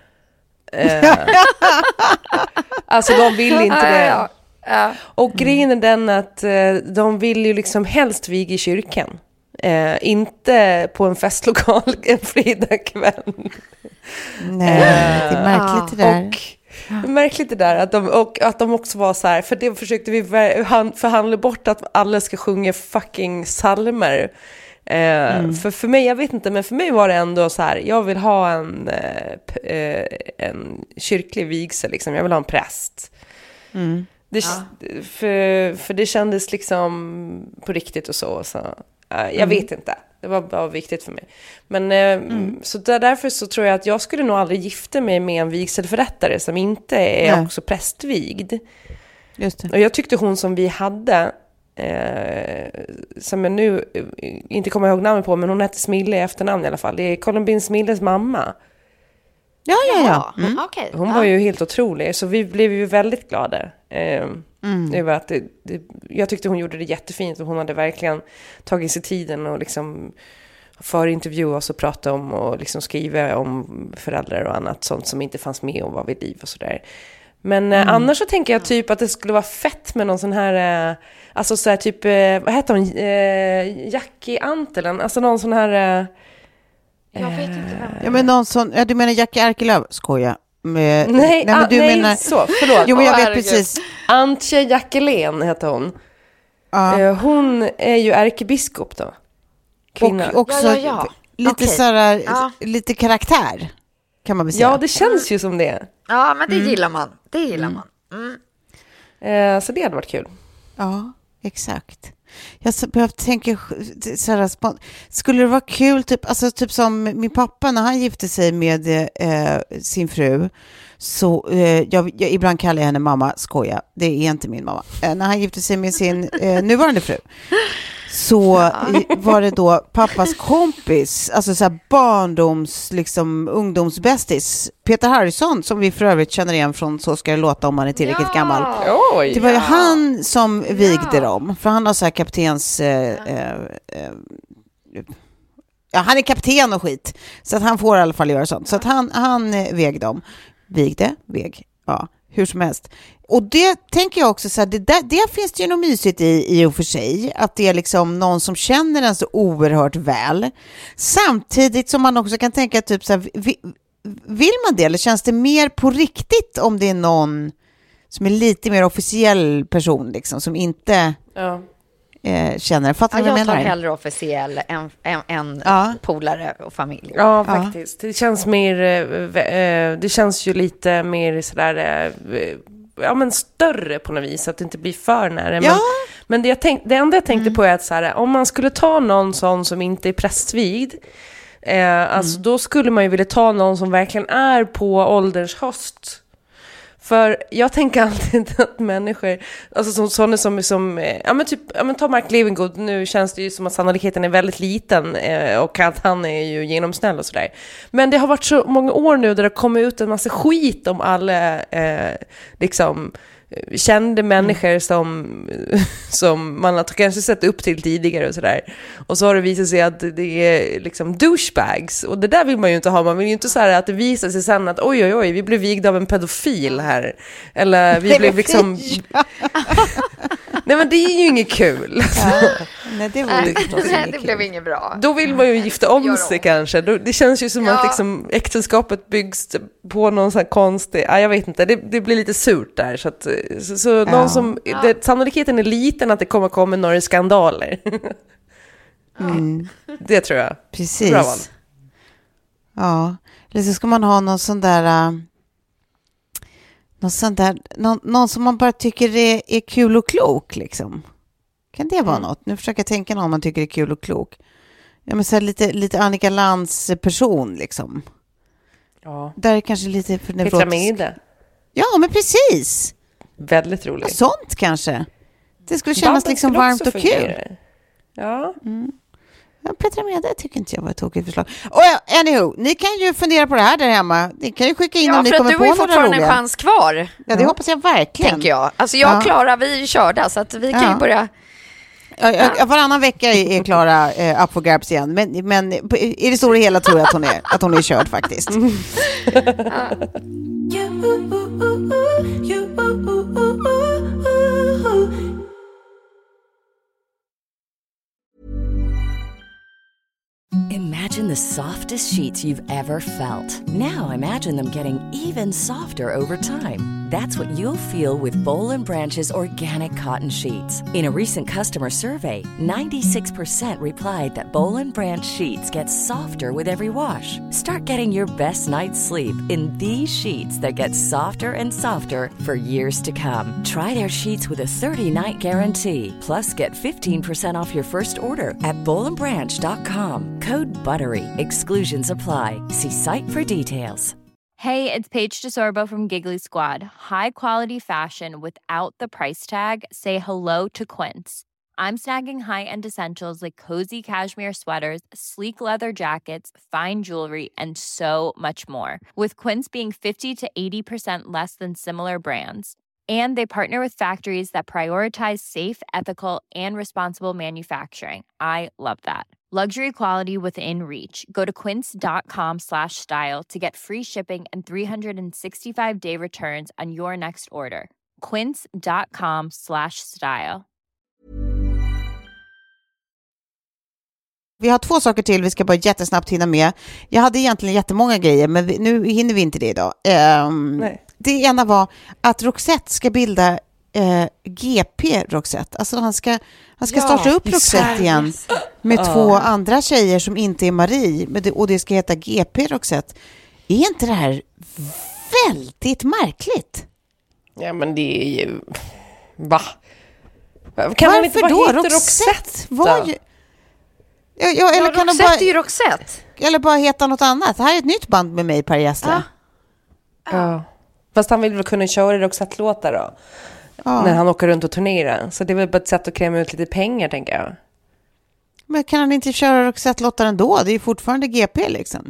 Alltså de vill inte det. Och grejen är den att de vill ju liksom helst viga i kyrkan. Inte på en festlokal en fredagkväll. Nej, det är märkligt det där. Och märkligt det där att de också var så här, för det försökte vi förhandla bort att alla ska sjunga fucking psalmer. För mig, jag vet inte, men för mig var det ändå så här, jag vill ha en kyrklig vigsel liksom, jag vill ha en präst. För det kändes liksom på riktigt och så jag vet inte. Det var bara viktigt för mig. Men så därför så tror jag att jag skulle nog aldrig gifta mig med en vigselförrättare som inte är också prästvigd. Just det. Och jag tyckte hon som vi hade, som jag nu inte kommer ihåg namnet på, men hon hette Smille i efternamn i alla fall. Det är Colin Smilles mamma. Ja. Okay. Hon var ju helt otrolig, så vi blev ju väldigt glada. Över att jag tyckte hon gjorde det jättefint, och hon hade verkligen tagit sig tiden och liksom för intervjua oss och prata om och liksom skriva om föräldrar och annat sånt som inte fanns med och var vid liv och sådär. Men annars så tänker jag typ att det skulle vara fett med någon sån här alltså så här typ vad heter hon, Jackie Antelen, alltså någon sån här jag vet inte vem. Ja, men någon sån, du menar Jackie Arkelöv, skoja. Nej, men du menar så, förlåt. Jo, men jag vet precis. Antje Jackelén heter hon. Hon är ju ärkebiskop då. Kvinna. Och också lite sådär, lite karaktär kan man väl säga. Ja, det känns ju som det. Ja, men det gillar man. Det gillar man. Så det hade varit kul. Ja, exakt. Jag behövde tänka såhär, skulle det vara kul typ som min pappa när han gifte sig med sin fru, så jag ibland kallar jag henne mamma, skoja, det är inte min mamma, när han gifte sig med sin nuvarande fru, så var det då pappas kompis, alltså så här barndoms, liksom ungdomsbästis, Peter Harrison, som vi för övrigt känner igen från Så ska det låta om man är tillräckligt gammal. Det var ju han som vigde dem, för han har så här kaptens... han är kapten och skit, så att han får i alla fall göra sånt. Så att han veg dem. Hur som helst. Och det tänker jag också så här, det finns det ju något mysigt i och för sig, att det är liksom någon som känner den så oerhört väl. Samtidigt som man också kan tänka typ så här, vill man det, eller känns det mer på riktigt om det är någon som är lite mer officiell person liksom, som inte känner. Fattar vad jag menar? Jag tar hellre officiell än polare och familj. Ja, faktiskt. Det känns mer, det känns ju lite mer sådär, men större på något vis, att det inte blir för nära. Men det enda jag tänkte på är att så här, om man skulle ta någon sån som inte är prästvigd, alltså då skulle man ju vilja ta någon som verkligen är på ålderns höst. För jag tänker alltid att människor, alltså sådana som ta Mark Levengood, nu känns det ju som att sannolikheten är väldigt liten och att han är ju genomsnäll och sådär. Men det har varit så många år nu där det kommer ut en massa skit om alla liksom kände människor som man har kanske sett upp till tidigare och sådär. Och så har det visat sig att det är liksom douchebags. Och det där vill man ju inte ha. Man vill ju inte så här att det visar sig sen att oj, vi blev vigda av en pedofil här. Eller vi blev liksom... Nej, men det är ju inget kul. Nej, det blev inget bra. Då vill man ju gifta om sig kanske. Det känns ju som att liksom, äktenskapet byggs på någon sån här konstig... jag vet inte, det blir lite surt där. Så någon som... sannolikheten är liten att det kommer komma några skandaler. Det tror jag. Precis. Ja. Eller så ska man ha någon sån där... någon som man bara tycker är kul och klok liksom. Kan det vara något? Nu försöker jag tänka någon man tycker är kul och klok. Ja, men så här lite Annika Lantz person liksom. Ja. Där är kanske lite för Petra Mede. Ja, men precis. Väldigt roligt. Ja, sånt kanske. Det skulle kännas liksom varmt och kul. Ja. Ja, Petra Mede tycker inte jag var ett tokigt förslag. Anywho, ni kan ju fundera på det här där hemma. Ni kan ju skicka in om ni kommer på några roliga. Ja, för att du har ju fortfarande en chans kvar. Ja, det hoppas jag verkligen. Tänker jag. Alltså jag och Klara, vi är ju körda, så att vi kan ju börja... Varannan vecka är Klara up for grabs igen. Men i det stora hela tror jag att hon är körd faktiskt. Imagine the softest sheets you've ever felt. Now imagine them getting even softer over time. That's what you'll feel with Boll & Branch's organic cotton sheets. In a recent customer survey, 96% replied that Boll & Branch sheets get softer with every wash. Start getting your best night's sleep in these sheets that get softer and softer for years to come. Try their sheets with a 30-night guarantee. Plus, get 15% off your first order at bollandbranch.com. Code BUTTERY. Exclusions apply. See site for details. Hey, it's Paige DeSorbo from Giggly Squad. High quality fashion without the price tag. Say hello to Quince. I'm snagging high-end essentials like cozy cashmere sweaters, sleek leather jackets, fine jewelry, and so much more. With Quince being 50 to 80% less than similar brands. And they partner with factories that prioritize safe, ethical, and responsible manufacturing. I love that. Luxury quality within reach. Go to quince.com/style to get free shipping and 365-day returns on your next order. Quince.com/style. Vi har 2 saker till vi ska bara jättesnabbt hinna med. Jag hade egentligen jättemånga grejer, men nu hinner vi inte det idag. Det ena var att Roxette ska bilda GP Roxette. Alltså han ska starta upp Roxette igen med 2 andra tjejer som inte är Marie. Och det ska heta GP Roxette. Är inte det här väldigt märkligt? Ja, men det är ju... Va? Kan man inte bara heta Roxette då? Eller kan Roxette är ju Roxette. Eller bara heta något annat. Det här är ett nytt band med mig, Per Gessle. Ja. Fast han vill väl kunna köra Roxette-låtar då. När han åker runt och turnerar. Så det är väl bara ett sätt att kräma ut lite pengar, tänker jag. Men kan han inte köra Roxette-låtar ändå? Det är ju fortfarande GP liksom.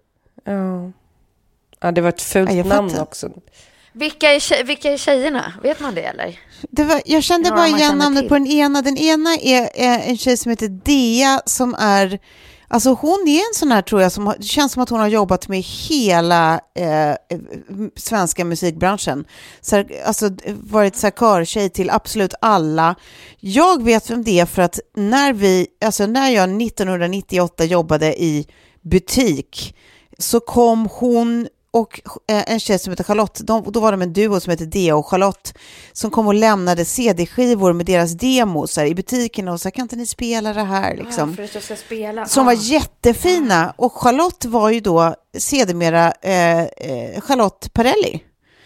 Ja, det var ett fult namn också. Vilka är tjejerna? Vet man det eller? Jag kände bara igen namnet på den ena. Den ena är en tjej som heter Dea som är... Alltså hon är en sån här, tror jag, det känns som att hon har jobbat med hela svenska musikbranschen. Alltså varit så här körtjej till absolut alla. Jag vet vem det är för att när jag 1998 jobbade i butik så kom hon och en tjej som heter Charlotte, då var de en duo som heter Dea och Charlotte som kom och lämnade CD-skivor med deras demos i butiken och så kan inte ni spela det här liksom. För att jag ska spela. Som var jättefina. Och Charlotte var ju då sedermera Charlotte Perrelli.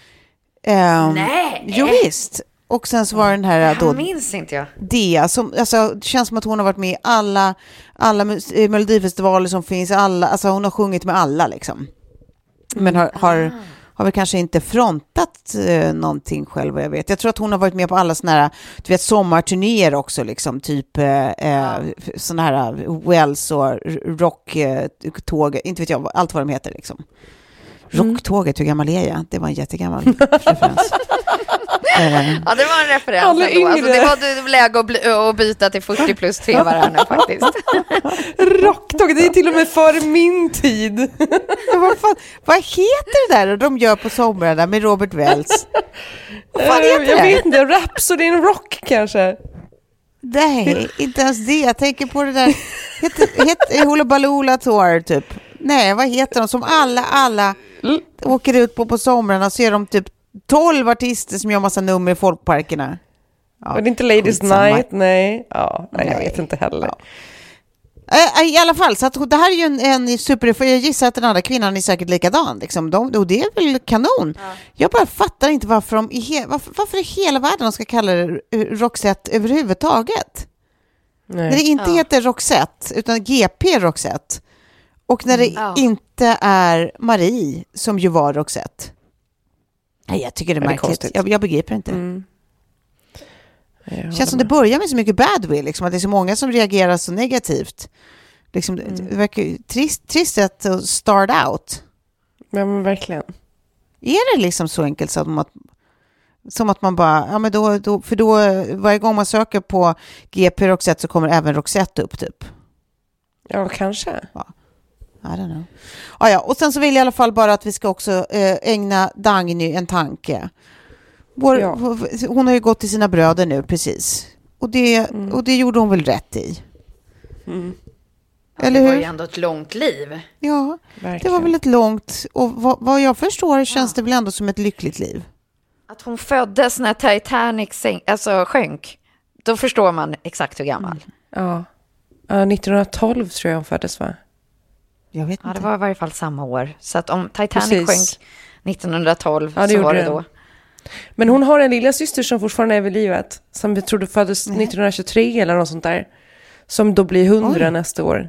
Nej! Jo visst. Och sen så var den här då... minns inte jag. Dea, det känns som att hon har varit med i alla melodifestivaler som finns. Alltså hon har sjungit med alla liksom. Men har väl kanske inte frontat någonting själv, jag vet. Jag tror att hon har varit med på alla såna här, du vet, sommarturnéer också liksom, typ såna här Wells och rocktåg, inte vet jag allt vad de heter liksom. Rocktåget, hur gammal är jag? Det var en jättegammal referens. Ja, det var en referens ändå. Alltså, det var läge att byta till 40 plus 3 var här nu faktiskt. Rocktåg, det är till och med för min tid. Vad heter det där de gör på somrarna med Robert Wells? Jag vet inte, Rhapsody in Rock kanske. Nej, inte ens det. Jag tänker på det där. Heter Hula Baloola Tour typ. Nej, vad heter de som alla åker ut på somrarna, så är de typ 12 artister som gör massa nummer i folkparkerna. Ja, det är inte Ladies Night, nej. Ja, nej, jag vet inte heller. Ja. I alla fall, så att det här är ju en super... För jag gissar att den andra kvinnan är säkert likadan. Liksom. Och det är väl kanon. Ja. Jag bara fattar inte varför varför i hela världen de ska kalla det Roxette överhuvudtaget. Nej. När det inte heter Roxette, utan GP Roxette. Och när det inte är Marie, som ju var Roxette. Nej, jag tycker det är märkligt. Jag begriper inte. Känns som det börjar med så mycket badwill. Liksom, att det är så många som reagerar så negativt. Liksom, det verkar ju trist att start out. Ja, men verkligen. Är det liksom så enkelt som att man bara... Ja, men då varje gång man söker på GP Roxette så kommer även Roxette upp typ. Ja, kanske. Ja. I don't know. Ja, och sen så vill jag i alla fall bara att vi ska också ägna Dagny en tanke. Hon har ju gått till sina bröder nu, precis. Och det gjorde hon väl rätt i. Eller hur? Det var ju ändå ett långt liv. Ja, verkligen. Det var väl ett långt... Och vad jag förstår känns det väl ändå som ett lyckligt liv. Att hon föddes när Titanic sjönk. Då förstår man exakt hur gammal. Ja. 1912 tror jag hon föddes, va? Jag vet inte. Ja, det var i varje fall samma år. Så att om Titanic sjönk 1912 så var det då. Men hon har en lilla syster som fortfarande är vid livet. Som vi trodde föddes 1923 eller något sånt där. Som då blir 100 nästa år.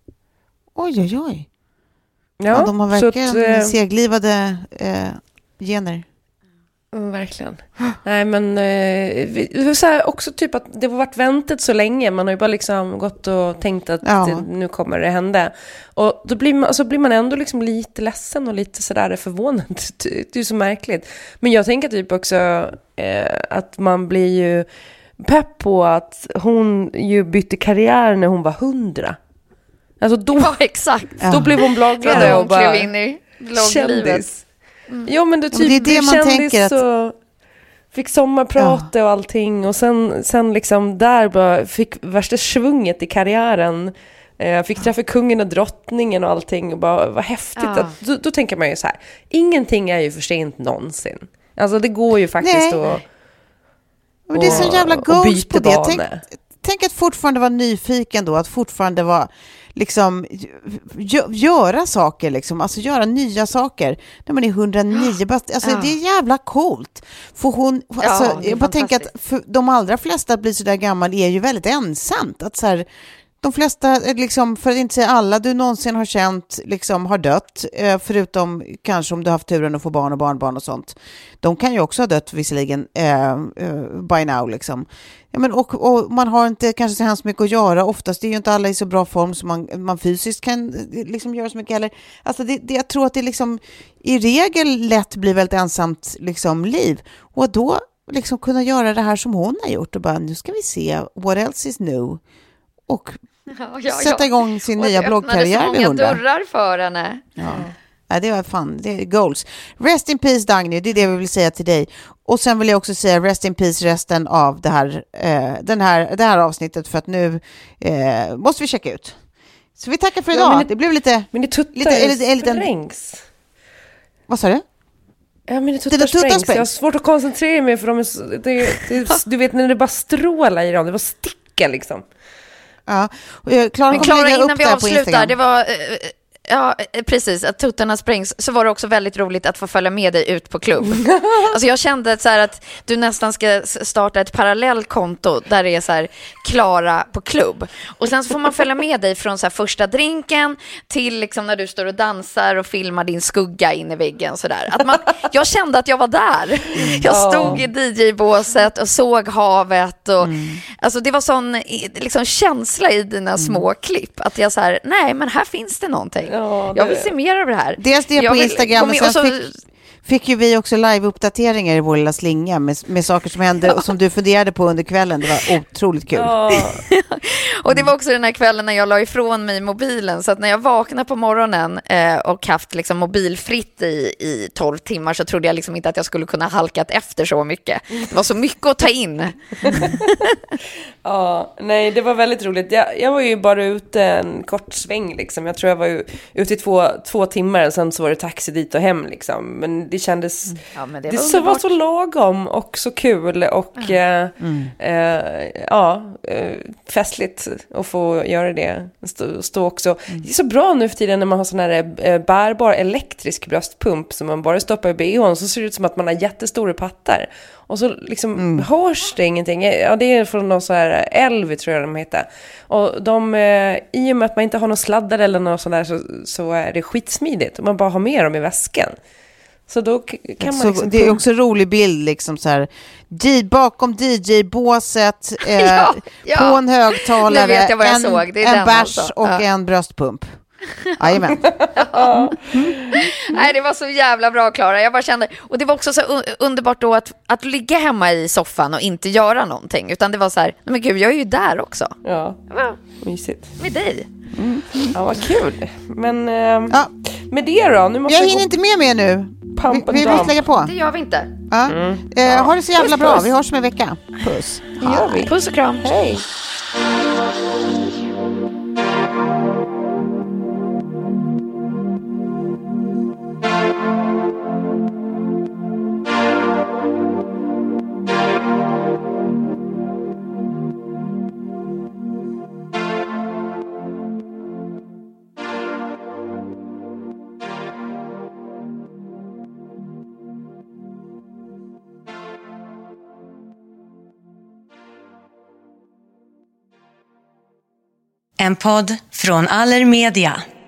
Oj. Ja, de har verkligen seglivade gener. Verkligen. Nej, men så här, också typ att det har varit väntat så länge. Man har ju bara liksom gått och tänkt att nu kommer det hända. Och då blir man ändå liksom lite ledsen och lite sådär förvånad. Det är ju så märkligt. Men jag tänker typ också att man blir ju pepp på att hon ju bytte karriär när hon var 100. Alltså då, exakt. Då blev hon bloggare och bara klev in i blogglivet. Ja, men det typ det är det man tänker så fick sommarprata och allting och sen liksom där bara fick värsta svunget i karriären. Fick träffa kungen och drottningen och allting och bara vad häftigt att, då tänker man ju så här, ingenting är ju för sent någonsin. Alltså det går ju faktiskt att men det är så jävla goals på det. Tänk att fortfarande vara nyfiken då, att fortfarande vara liksom göra saker liksom, alltså göra nya saker när man är 109, alltså det är jävla coolt. För hon alltså jag bara tänker att för de allra flesta att bli så där gammal är ju väldigt ensamt, att så här, de flesta, liksom, för att inte säga alla du någonsin har känt, liksom, har dött. Förutom kanske om du har haft turen att få barn och barnbarn och sånt. De kan ju också ha dött visserligen by now. Liksom. Ja, men, och man har inte kanske så hemskt mycket att göra. Oftast är ju inte alla i så bra form som man fysiskt kan liksom, göra så mycket heller. Alltså jag tror att det liksom, i regel lätt blir väldigt ensamt liksom, liv. Och då liksom kunna göra det här som hon har gjort. Och bara, nu ska vi se what else is new. Och sätta igång sin nya bloggkarriär med 100. Dörrar för henne. Ja, det var fan, det är goals. Rest in peace Dagny, det är det vi vill säga till dig. Och sen vill jag också säga rest in peace resten av det här avsnittet, för att nu måste vi checka ut. Så vi tackar för idag. Det blev lite... Men det tuttar sprängs. Vad sa du? Ja, men det tuttar sprängs. Jag har svårt att koncentrera mig för de du vet när det bara strålar i dem. Det var sticka liksom. Ja, Klara, innan vi avslutar, det var ja, precis, att tuttarna sprängs, så var det också väldigt roligt att få följa med dig ut på klubb. Alltså jag kände så här att du nästan ska starta ett parallellkonto där det är så här Klara på klubb. Och sen så får man följa med dig från så här första drinken till liksom när du står och dansar och filmar din skugga in i väggen så där. Jag kände att jag var där. Jag stod i DJ-båset och såg havet och alltså det var sån liksom känsla i dina små klipp att jag så här, nej men här finns det någonting. Jag vill se mer av det här. Dels det på Instagram och sen fick ju vi också live-uppdateringar i vår lilla slinga med saker som hände och som du funderade på under kvällen. Det var otroligt kul. Och det var också den här kvällen när jag la ifrån mig mobilen, så att när jag vaknade på morgonen och haft liksom mobilfritt i 12 timmar så trodde jag liksom inte att jag skulle kunna halkat efter så mycket. Det var så mycket att ta in. Ja, nej, det var väldigt roligt. Jag var ju bara ute en kort sväng liksom. Jag tror jag var ju ute i två timmar och sen så var det taxi dit och hem liksom. Men det kändes det var så lagom och så kul och festligt att få göra det. Stå också. Det är så bra nu för tiden när man har sån här bärbar elektrisk bröstpump som man bara stoppar i BH:n, så ser det ut som att man har jättestora pattar. Och så liksom hörs det ingenting. Ja, det är från någon så här Elvi tror jag de heter. Och de, i och med att man inte har någon sladdar eller något sånt där så är det skitsmidigt. Man bara har med dem i väskan. Så då kan man liksom det är också en rolig bild liksom så här, bakom DJ-båset på en högtalare, vet jag vad jag såg. Det är en bärs och en bröstpump. Jajamän. Nej, det var så jävla bra, Klara. Jag bara kände, och det var också så underbart då att ligga hemma i soffan och inte göra någonting, utan det var så här, men gud, jag är ju där också. Ja, mysigt. Med dig. Ja, vad kul. Men med det då? Nu måste jag hinner inte med mer nu. Vi vill lägga på. Det gör vi inte. Ha det så jävla bra. Vi hörs om en vecka. Puss. Det gör vi. Puss och kram. Hej. En podd från Allermedia.